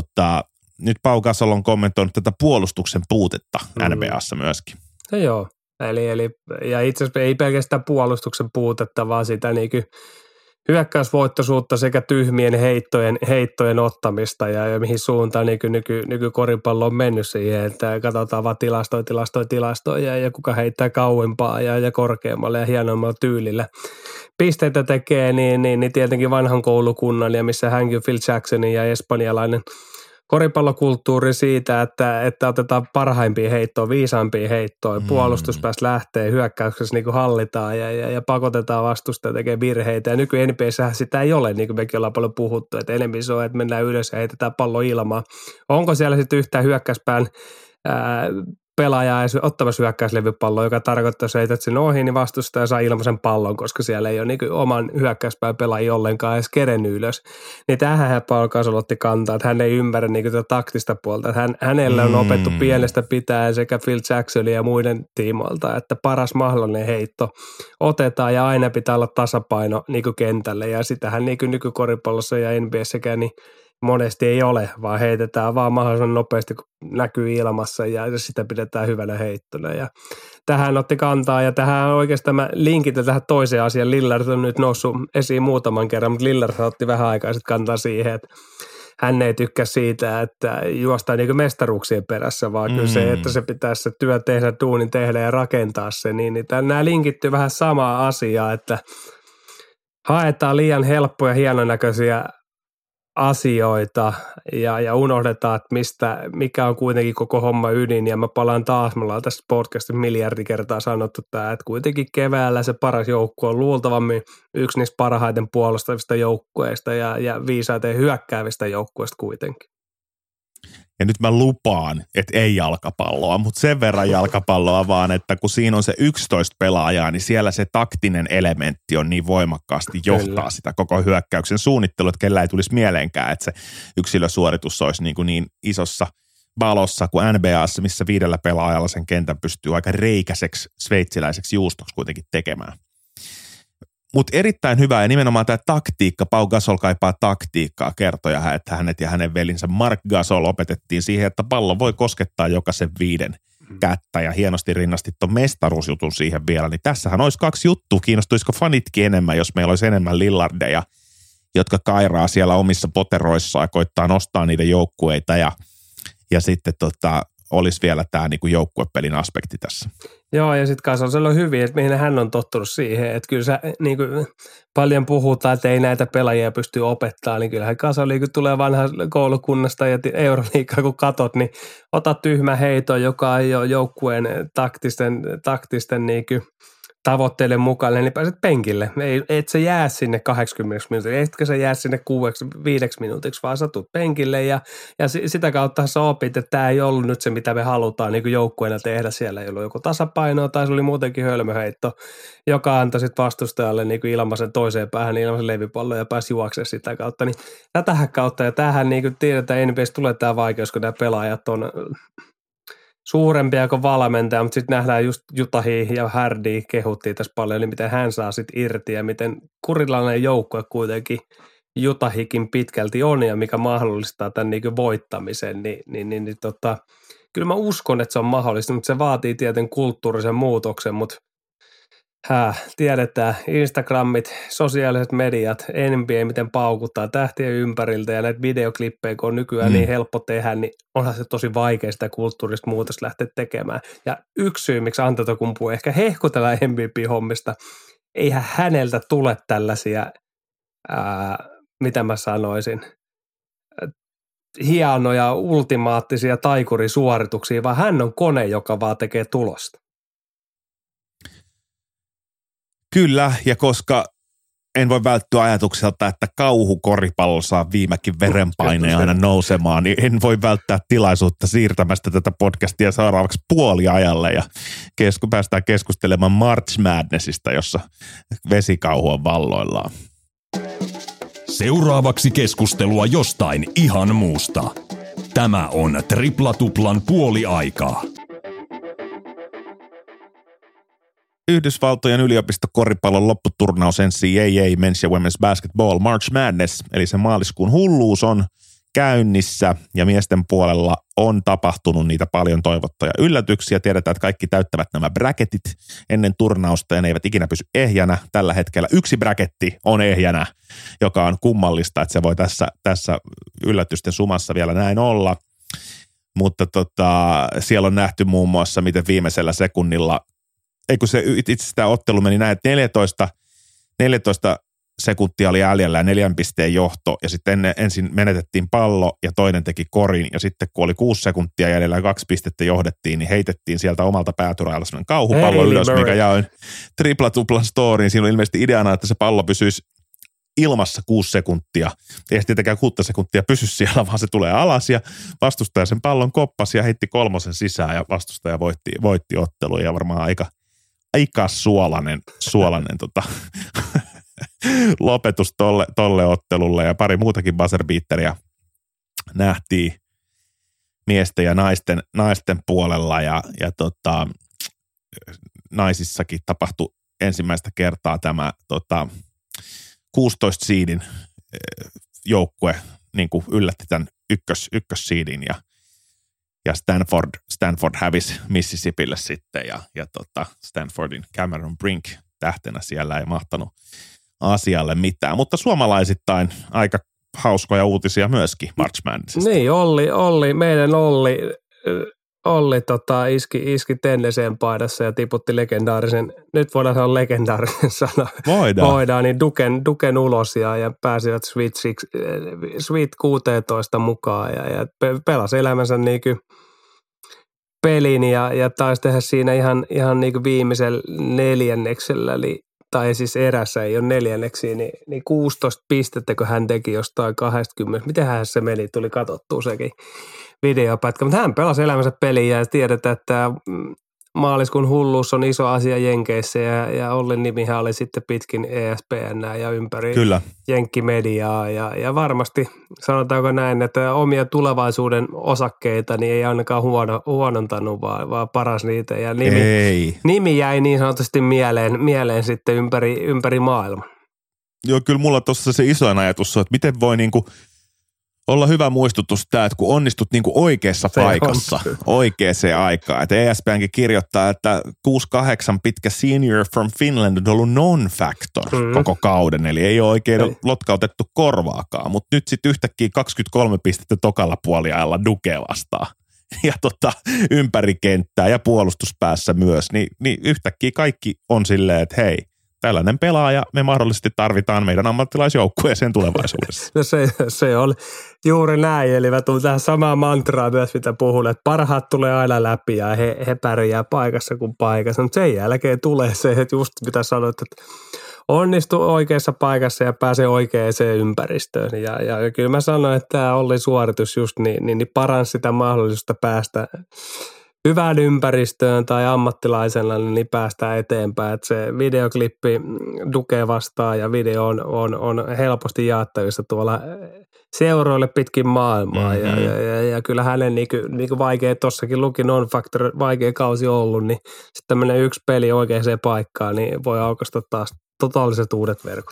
nyt Pau Gasol on kommentoinut tätä puolustuksen puutetta NBA:ssa myöskin. No joo. Ja itse asiassa ei pelkästään puolustuksen puutetta, vaan sitä niin kuin hyökkäysvoittoisuutta sekä tyhmien heittojen ottamista ja mihin suuntaan nykykoripallo on mennyt siihen, että katsotaan vaan tilastoja ja kuka heittää kauempaa ja korkeammalle ja hienommalla tyylillä. Pisteitä tekee, niin tietenkin vanhan koulukunnan ja missä hänkin Phil Jacksonin ja espanjalainen koripallokulttuuri siitä, että otetaan parhaimpia heittoja, viisaampia heittoja, puolustuspäässä lähtee, hyökkäyksessä niin kuin hallitaan ja pakotetaan vastusta ja tekee virheitä. Ja nyky-NBA:ssähän sitä ei ole, niin kuin mekin ollaan paljon puhuttu, että enemmän se on, että mennään ylös ja heitetään pallo ilmaan. Onko siellä sitten yhtään hyökkäyspään pelaajaa ottamassa hyökkäyslevypalloa, joka tarkoittaa, että jos heität sen ohi, niin vastustaja saa ilmaisen pallon, koska siellä ei ole niin oman hyökkäyspään pelaajia ollenkaan edes kerennyt ylös. Niin tähän Paul Gasol otti kantaa, että hän ei ymmärrä niin tätä taktista puolta. Että hänellä on opettu pienestä pitäen sekä Phil Jacksonin ja muiden tiimoilta, että paras mahdollinen heitto otetaan ja aina pitää olla tasapaino niin kentälle. Ja sitähän niin nykykoripallossa ja NBA:ssäkään niin monesti ei ole, vaan heitetään vaan mahdollisimman nopeasti, kun näkyy ilmassa ja sitä pidetään hyvänä heittona. Ja tähän otti kantaa ja tähän oikeastaan mä linkitän tähän toiseen asiaan. Lillard on nyt noussut esiin muutaman kerran, mutta Lillard otti vähän aikaa sitten kantaa siihen, että hän ei tykkää siitä, että juostaan niin kuin mestaruuksien perässä, vaan kyllä se, että se pitäisi se työ tehdä, duunin tehdä ja rakentaa se. Niin nämä linkittyy vähän samaa asiaa, että haetaan liian helppoja, hienonäköisiä asioita ja unohdetaan, että mikä on kuitenkin koko homma ydin. Ja mä palaan taas, me ollaan tässä podcastissa miljardi kertaa sanottu tämä, että kuitenkin keväällä se paras joukkue on luultavammin yksi niistä parhaiten puolustavista joukkueista ja viisaiten hyökkäävistä joukkueista kuitenkin. Ja nyt mä lupaan, että ei jalkapalloa, mutta sen verran jalkapalloa vaan, että kun siinä on se 11 pelaajaa, niin siellä se taktinen elementti on niin voimakkaasti johtaa sitä koko hyökkäyksen suunnittelua, että kellä ei tulisi mieleenkään, että se yksilösuoritus olisi niin isossa valossa kuin NBA:ssa, missä 5 pelaajalla sen kentän pystyy aika reikäiseksi sveitsiläiseksi juustoksi kuitenkin tekemään. Mutta erittäin hyvä ja nimenomaan tämä taktiikka, Pau Gasol kaipaa taktiikkaa, kertoja, että hänet ja hänen velinsä Marc Gasol opetettiin siihen, että pallo voi koskettaa jokaisen 5 kättä ja hienosti rinnasti tuon mestaruusjutun siihen vielä. Niin tässähän olisi 2 juttua, kiinnostuisiko fanitkin enemmän, jos meillä olisi enemmän Lillardeja, jotka kairaa siellä omissa poteroissaan ja koittaa nostaa niitä joukkueita ja sitten olisi vielä tämä niinku joukkuepelin aspekti tässä. Joo, ja sitten Gasolilla on hyvin, että mihin hän on tottunut siihen, että kyllä sä niin paljon puhutaan, että ei näitä pelaajia pysty opettamaan, niin kyllähän Gasol kun tulee vanha koulukunnasta ja Euroliigaa kun katot, niin ota tyhmä heito, joka ei ole joukkueen taktisten niin tavoitteiden mukaan, niin pääset penkille. Et sä jää sinne 80 minuutiksi, etkä sä jää sinne 5 minuutiksi, vaan sä tuut penkille ja sitä kautta sä opit, että tämä ei ollut nyt se, mitä me halutaan niin joukkueena tehdä. Siellä ei ollut joko tasapainoa tai se oli muutenkin hölmöheitto, joka antoi sitten vastustajalle niin ilmaisen toiseen päähän, ilmaisen levypallon ja pääsi juoksemaan sitä kautta. Niin tätähän kautta ja tämähän niin tiedetään, NBA:ssä tulee tämä vaikeus, kun nämä pelaajat on suurempia kuin valmentaja, mutta sitten nähdään just Utahia ja Hardia kehuttiin tässä paljon, niin miten hän saa sitten irti ja miten kurilainen joukkue kuitenkin Utahikin pitkälti on ja mikä mahdollistaa tämän niin voittamisen, kyllä mä uskon, että se on mahdollista, mutta se vaatii tietenkin kulttuurisen muutoksen, mutta tiedetään, Instagramit, sosiaaliset mediat, NBA, miten paukuttaa tähtien ympäriltä ja näitä videoklippejä, kun on nykyään niin helppo tehdä, niin onhan se tosi vaikea sitä kulttuurista muutosta lähteä tekemään. Ja yksi syy, miksi Antetokounmpo ehkä hehkutella MVP-hommista, eihän häneltä tule tällaisia, mitä mä sanoisin, hienoja, ultimaattisia taikurisuorituksia, vaan hän on kone, joka vaan tekee tulosta. Kyllä, ja koska en voi välttyä ajatukselta, että kauhukoripallo saa viimekin verenpaineen aina nousemaan, niin en voi välttää tilaisuutta siirtämästä tätä podcastia seuraavaksi puoliajalle ja päästään keskustelemaan March Madnessista, jossa vesikauhu on valloillaan. Seuraavaksi keskustelua jostain ihan muusta. Tämä on Triplatuplan puoliaikaa. Yhdysvaltojen yliopistokoripallon lopputurnaus NCAA Men's ja Women's Basketball March Madness, eli se maaliskuun hulluus on käynnissä ja miesten puolella on tapahtunut niitä paljon toivottuja yllätyksiä. Tiedetään, että kaikki täyttävät nämä bracketit ennen turnausta ja ne eivät ikinä pysy ehjänä. Tällä hetkellä yksi bracketti on ehjänä, joka on kummallista, että se voi tässä yllätysten sumassa vielä näin olla. Mutta siellä on nähty muun muassa, miten viimeisellä sekunnilla, kun se itse sitä ottelu meni näin, että 14 sekuntia oli jäljellä ja 4 pisteen johto ja sitten ensin menetettiin pallo ja toinen teki korin ja sitten kun oli 6 sekuntia jäljellä ja 2 pistettä johdettiin, niin heitettiin sieltä omalta pääturajalta sellainen kauhupallo ylös, mikä jaoin tripla-tuplan storyin. Siinä oli ilmeisesti ideana, että se pallo pysyisi ilmassa 6 sekuntia. Ei tietenkään 6 sekuntia pysy siellä, vaan se tulee alas ja vastustaja sen pallon koppasi ja heitti 3 sisään ja vastustaja voitti ottelun ja varmaan aika suolainen lopetus tolle ottelulle ja pari muutakin buzzerbeateria nähtiin miesten ja naisten puolella ja naisissakin tapahtui ensimmäistä kertaa tämä 16 seedin joukkue niin kuin yllätti tämän ykkösseedin ja Stanford hävisi Mississippille sitten ja Stanfordin Cameron Brink tähtenä siellä ei mahtanut asialle mitään, mutta suomalaisittain aika hauskoja uutisia myöskin March Madnessista. Niin, meidän Olli iski Tenneseen paidassa ja tiputti legendaarisen, nyt voidaan sanoa legendaarisen sana. Voidaan, niin Duken ulos ja pääsivät Sweet 16 mukaan ja pelasi elämänsä niin kuin pelin ja taisi tehdä siinä ihan niin kuin viimeisellä neljänneksellä, tai siis erässä ei ole neljänneksiä, niin 16 pistettä, kun hän teki jostain 20. Mitenhän se meni, tuli katsottua sekin videopätkä. Mutta hän pelasi elämänsä peliä ja tiedetään, että maaliskuun hulluus on iso asia Jenkeissä ja Ollin nimihän oli sitten pitkin ESPN ja ympäri Kyllä. jenkkimediaa ja varmasti sanotaanko näin, että omia tulevaisuuden osakkeita niin ei ainakaan huonontanut, vaan paras niitä ja nimi jäi niin sanotusti mieleen sitten ympäri maailman. Joo, kyllä mulla tuossa se isoin ajatus on, että miten voi niinku olla hyvä muistutus tämä, että kun onnistut niinku oikeassa paikassa, oikeaan aikaan. Että ESPNkin kirjoittaa, että 6-8 pitkä senior from Finland on ollut non-factor koko kauden. Eli ei ole oikein lotkautettu korvaakaan. Mutta nyt sitten yhtäkkiä 23 pistettä tokalla puoliajalla Duke vastaan. Ja ympäri kenttää ja puolustuspäässä myös. Niin yhtäkkiä kaikki on silleen, että hei, tällainen pelaaja me mahdollisesti tarvitaan meidän ammattilaisjoukkueeseen tulevaisuudessa. No se on juuri näin, eli mä tulen tähän samaan mantraa myös, mitä puhun, että parhaat tulee aina läpi ja he pärjää paikassa kuin paikassa, mutta sen jälkeen tulee se, että just mitä sanoit, että onnistuu oikeassa paikassa ja pääsee oikeaan ympäristöön. Ja kyllä mä sanoin, että tämä Ollin suoritus just niin paransi sitä mahdollisuutta päästä hyvään ympäristöön tai ammattilaisena, niin päästään eteenpäin. Että se videoklippi Duke vastaan ja video on helposti jaettavissa tuolla seuroille pitkin maailmaa. Ja kyllä hänen niin kuin vaikea, tuossakin luki non-factor, vaikea kausi ollut, niin sitten tämmöinen yksi peli oikeaan paikkaan, niin voi aukaista taas totaaliset uudet verkot.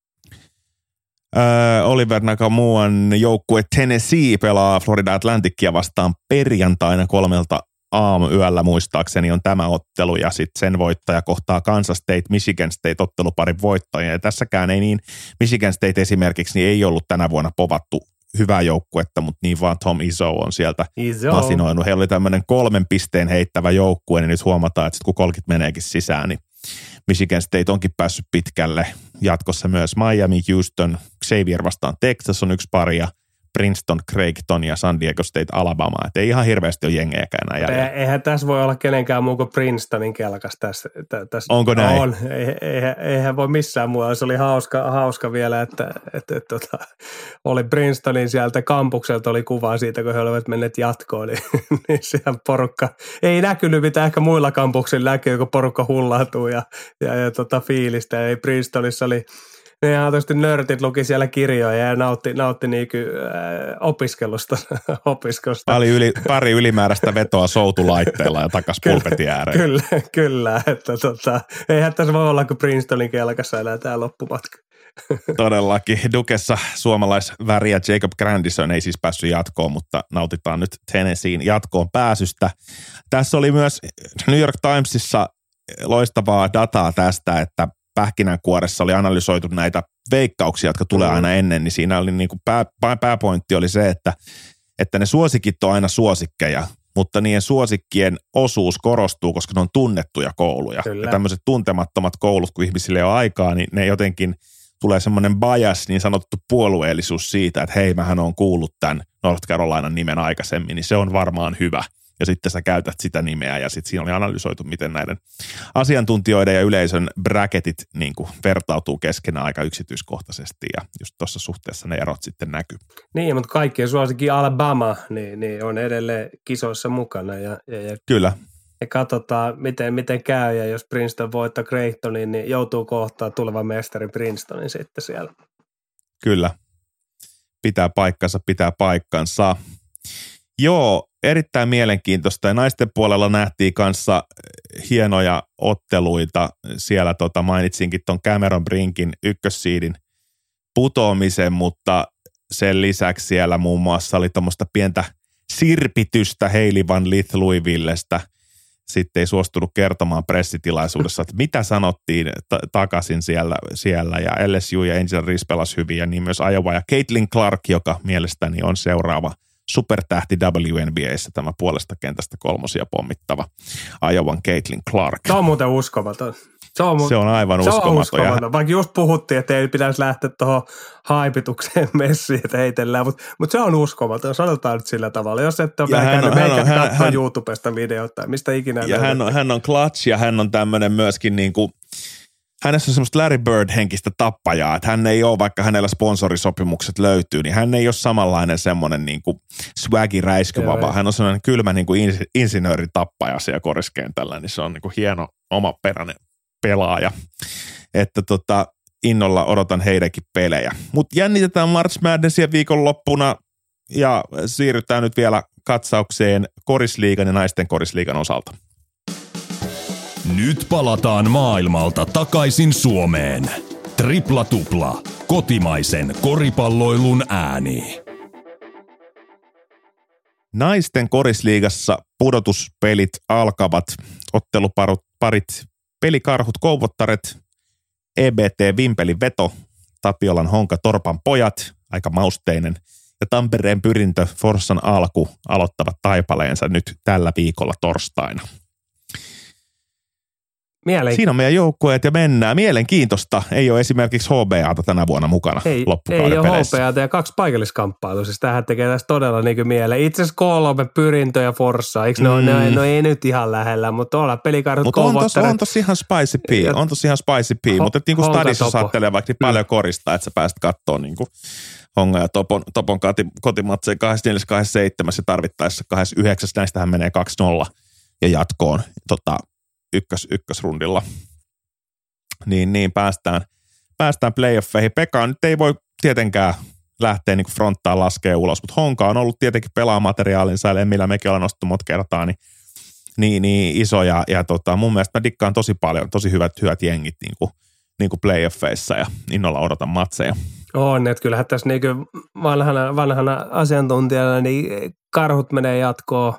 Oliver Nakamuan joukkue Tennessee pelaa Florida Atlanticia vastaan perjantaina 3 aamuyöllä muistaakseni on tämä ottelu ja sitten sen voittaja kohtaa Kansas State, Michigan State otteluparin voittajia. Ja tässäkään ei niin, Michigan State esimerkiksi niin ei ollut tänä vuonna povattu hyvää joukkuetta, mutta niin vaan Tom Izzo on sieltä masinoinut. Heillä oli tämmöinen 3 pisteen heittävä joukkue, niin nyt huomataan, että sit kun 30 meneekin sisään, niin Michigan State onkin päässyt pitkälle. Jatkossa myös Miami, Houston, Xavier vastaan Texas on yksi pari ja Princeton, Creighton ja San Diego State, Alabama. Et ei ihan hirveästi ole jengejäkään enää jäljellä. Eihän tässä voi olla kenenkään muu kuin Princetonin kelkas tässä. Onko näin? On. Eihän voi missään muualla. Se oli hauska vielä, että oli Princetonin sieltä kampukselta oli kuva siitä, kun he olivat menneet jatkoon. Niin siellä porukka, ei näkynyt mitä ehkä muilla kampuksilla näkyy, kun porukka hullautuu ja fiilistä. Ei Princetonissa oli ne ihan tietysti nörtit luki siellä kirjoja ja nautti niinku opiskelusta. Pari ylimääräistä vetoa soutulaitteella ja takas pulpetin ääreen. Kyllä, että eihän tässä voi olla kuin Princetonin kelkassa enää tämä loppumatka. Todellakin. Dukessa suomalaisväriä Jacob Grandison ei siis päässyt jatkoon, mutta nautitaan nyt Tennesseein jatkoon pääsystä. Tässä oli myös New York Timesissa loistavaa dataa tästä, että pähkinänkuoressa oli analysoitu näitä veikkauksia, jotka tulee aina ennen, niin siinä oli niin kuin pääpointti oli se, että ne suosikit on aina suosikkeja, mutta niiden suosikkien osuus korostuu, koska ne on tunnettuja kouluja. Kyllä. Ja tämmöiset tuntemattomat koulut, kun ihmisille ei ole aikaa, niin ne jotenkin tulee semmoinen bias, niin sanottu puolueellisuus siitä, että hei, mähän on kuullut tämän North Carolinan nimen aikaisemmin, niin se on varmaan hyvä. Ja sitten sä käytät sitä nimeä ja sitten siinä oli analysoitu, miten näiden asiantuntijoiden ja yleisön bracketit niin kuin vertautuu keskenään aika yksityiskohtaisesti ja just tuossa suhteessa ne erot sitten näkyy. Niin, mutta kaikkien suosikin Alabama niin on edelleen kisoissa mukana ja kyllä. Ja katsotaan, miten käy ja jos Princeton voittaa Creightonin, niin joutuu kohtaa tulevan mestarin Princetonin sitten siellä. Kyllä, pitää paikkansa. Joo, erittäin mielenkiintoista ja naisten puolella nähtiin kanssa hienoja otteluita. Siellä mainitsinkin ton Cameron Brinkin ykkössiidin putoamisen, mutta sen lisäksi siellä muun muassa oli tuommoista pientä sirpitystä Hailey Van Lith Louisvillestä. Sitten ei suostunut kertomaan pressitilaisuudessa, että mitä sanottiin takaisin siellä ja LSU ja Angel Reese pelasi hyvin ja niin myös Iowa ja Caitlin Clark, joka mielestäni on seuraava supertähti WNBA:ssä tämä puolesta kentästä kolmosia pommittava Iowan Caitlin Clark. Se on muuten uskomaton. Se on aivan uskomaton. Vaikka just puhuttiin, että ei pitäisi lähteä tuohon haipitukseen messiin, että heitellään, mutta se on uskomaton. Sanotaan nyt sillä tavalla. Jos et ole vielä käynyt meikät katsoa YouTubesta videota, mistä ikinä. Ja hän on clutch ja hän on tämmöinen myöskin niin kuin, hänessä on semmoista Larry Bird-henkistä tappajaa, että hän ei ole, vaikka hänellä sponsorisopimukset löytyy, niin hän ei ole samanlainen semmoinen niin kuin swaggy-räiskymä, vaan hän on semmoinen kylmä niin kuin insinööritappaja siellä koriskentällä, niin se on niin kuin hieno omaperäinen pelaaja, että innolla odotan heidänkin pelejä. Mutta jännitetään March Madnessia viikonloppuna ja siirrytään nyt vielä katsaukseen korisliigan ja naisten korisliigan osalta. Nyt palataan maailmalta takaisin Suomeen. Tripla tupla, kotimaisen koripalloilun ääni. Naisten korisliigassa pudotuspelit alkavat. Otteluparit Pelikarhut Kouvottaret, EBT Vimpelin Veto, Tapiolan Honka Torpan Pojat, aika mausteinen, ja Tampereen Pyrintö Forssan Alku aloittavat taipaleensa nyt tällä viikolla torstaina. Siinä on meidän joukkueet ja mennään. Mielenkiintoista. Ei ole esimerkiksi HBAta tänä vuonna mukana loppukauden ei peleissä. Ei ole HBAta ja 2 paikalliskamppailua. Siis tämähän tekee tästä todella niin mieleen. Itse asiassa K3, Pyrintö ja Forssa. Eikö ne ei nyt ihan lähellä, mutta ollaan Pelikarhut Kouvottaret. On tossa ihan spicy pea. Mutta niin kuin stadissa saattelee vaikka niin paljon korista, että sä pääset katsoa niin kuin Honga ja Topon kotimatseja 24-27 ja tarvittaessa 29. Näistähän menee 2-0 ja jatkoon ykkösrundilla. Niin päästään playoffeihin. Pekka nyt ei voi tietenkään lähteä niin fronttaan laskea ulos, mutta Honka on ollut tietenkin pelaamateriaalinsa, eli millä mekin ollaan nostettu monta kertaa, niin iso ja mun mielestä mä dikkaan tosi paljon, tosi hyvät jengit niin kuin playoffeissa ja innolla odotan matseja. On, että kyllähän tässä niin vanhana asiantuntijana niin Karhut menee jatkoon,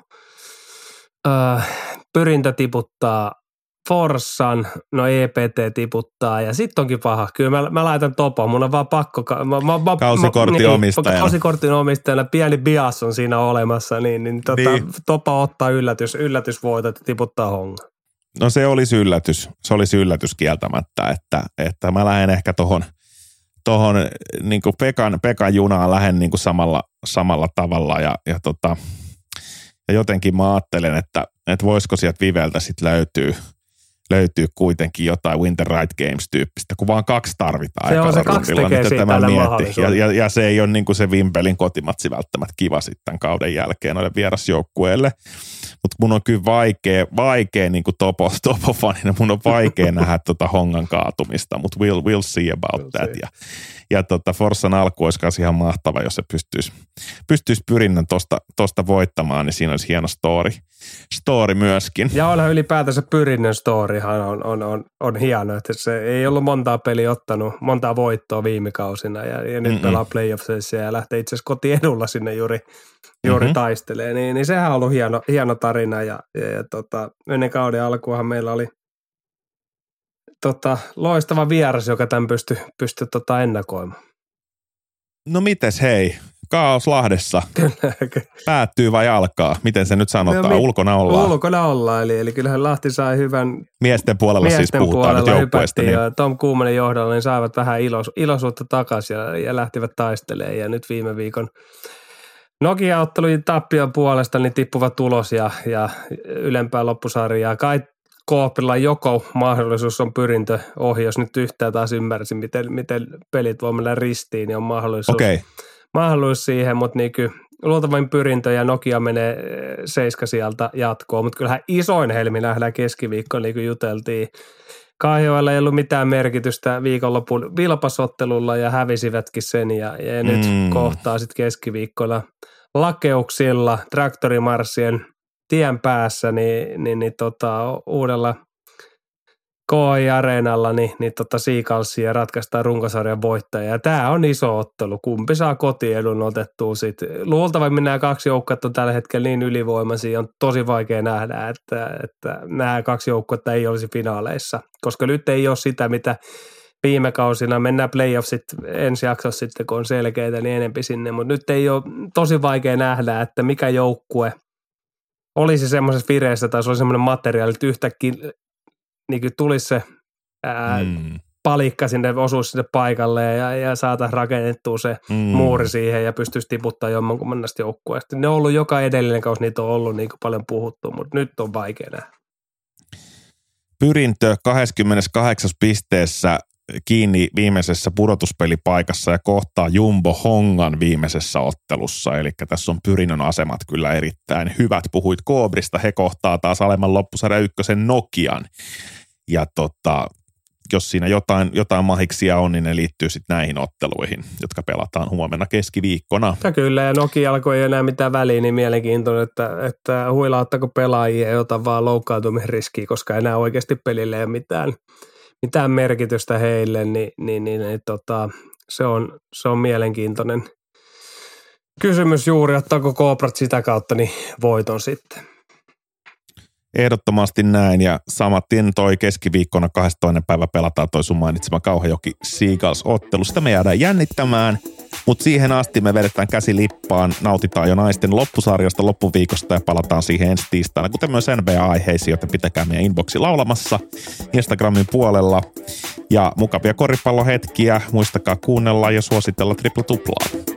Pyrintö tiputtaa Forssan, no EPT tiputtaa ja sitten onkin paha. Kyllä mä laitan Topon, mun on vaan pakko. Kausikortin omistajana. Kausikortin omistajana, pieni bias on siinä olemassa, niin. Topa ottaa yllätysvoitot ja tiputtaa Honga. No se olisi yllätys kieltämättä, että mä lähden ehkä tohon niin kuin Pekan junaan lähden niin kuin samalla tavalla ja jotenkin mä ajattelen, että voisiko sieltä Viveltä sitten löytyy kuitenkin jotain Winter Right Games-tyyppistä, kun vaan 2 tarvitaan aikalla rundilla. Nyt tämä mietti. Ja se ei ole niin kuin se Vimpelin kotimatsi välttämättä kiva sitten kauden jälkeen noille vierasjoukkueelle. Mutta mun on kyllä vaikea niin kuin topo-fanina, mun on vaikea nähdä Hongan kaatumista, mutta we'll see about that. Ja Forssan alku olisi myös ihan mahtava, jos se pystyisi pyrinnän tosta voittamaan, niin siinä olisi hieno story myöskin. Ja onhan ylipäätänsä pyrinnän storyhan on hieno, että se ei ollut montaa peliä ottanut, montaa voittoa viime kausina ja nyt pelaa playoffseissa ja lähtee itse asiassa kotiedulla sinne juuri taistelee, niin sehän on ollut hieno tarina ja ennen kauden alkuahan meillä oli loistava vieras, joka tämän pystyi ennakoimaan. No mites hei, Kaos Lahdessa päättyy vai alkaa? Miten se nyt sanotaan? Ulkona ollaan. Ulkona ollaan, eli kyllähän Lahti sai hyvän miesten puolella siis puhutaan nyt joukkueesta. Niin. Ja Tom Kuumanen johdolla niin saivat vähän iloisuutta takaisin ja lähtivät taistelemaan ja nyt viime viikon Nokia-ottelujen tappion puolesta niin tippuvat tulos ja ylempää loppusarjaa. Kai Koopilla joko mahdollisuus on pyrintö ohi, jos nyt yhtään taas ymmärsin, miten pelit voi mennä ristiin, niin on mahdollisuus siihen, mutta niin kyllä luultavasti pyrintö ja Nokia menee 7 sieltä jatkoon, mutta kyllähän isoin helmi nähdään keskiviikkoon, niin kuin juteltiin. KHL ei ollut mitään merkitystä viikonlopun vilpasottelulla ja hävisivätkin sen ja nyt kohtaa sitten keskiviikkona lakeuksilla, traktorimarssien tien päässä, uudella KI-areenalla Seagullsia ratkaistaan runkosarjan voittaja. Ja tämä on iso ottelu. Kumpi saa kotiedun otettua sitten. Luultavasti nämä 2 joukkuetta on tällä hetkellä niin ylivoimaisia, on tosi vaikea nähdä, että nämä 2 joukkuetta ei olisi finaaleissa. Koska nyt ei ole sitä, mitä viime kausina mennään playoffsit ensi jaksossa sitten, kun on selkeitä, niin enempi sinne. Mutta nyt ei ole tosi vaikea nähdä, että mikä joukkue olisi semmoisessa vireessä tai se oli semmoinen materiaali, että yhtäkkiä niin tulisi se palikka sinne, osuisi sinne paikalle ja saataisiin rakennettua se muuri siihen ja pystyisi tiputtaa jommankumman näistä joukkueesta. Ne on ollut joka edellinen kausi, niitä on ollut niin paljon puhuttu, mutta nyt on vaikea nähdä. Pyrintö 28 pisteessä kiinni viimeisessä pudotuspelipaikassa ja kohtaa Jumbo Hongan viimeisessä ottelussa. Eli tässä on Pyrinnön asemat kyllä erittäin hyvät. Puhuit Koobrista, he kohtaa taas alemman loppusarjan ykkösen Nokian. Ja jos siinä jotain mahiksia on, niin ne liittyy sitten näihin otteluihin, jotka pelataan huomenna keskiviikkona. Ja kyllä, ja Nokia alkoi ei enää mitään väliä, niin mielenkiintoinen, että huilauttako pelaajia ei ota vaan loukkaantumisen riskiä, koska enää oikeasti pelille ei ole mitään merkitystä heille, se on mielenkiintoinen kysymys juuri, ottaako Kooprat sitä kautta niin voiton sitten. Ehdottomasti näin, ja samaten toi keskiviikkona 12. päivä pelataan toi sun mainitsema Kauhajoki Seagulls-ottelu. Sitä me jäädään jännittämään, mutta siihen asti me vedetään käsi lippaan, nautitaan jo naisten loppusarjasta loppuviikosta ja palataan siihen ensi tiistaina, kuten myös NBA-aiheisiin, joten pitäkää meidän inboxi laulamassa Instagramin puolella. Ja mukavia koripallohetkiä, muistakaa kuunnella ja suositella Tripla Tuplaa.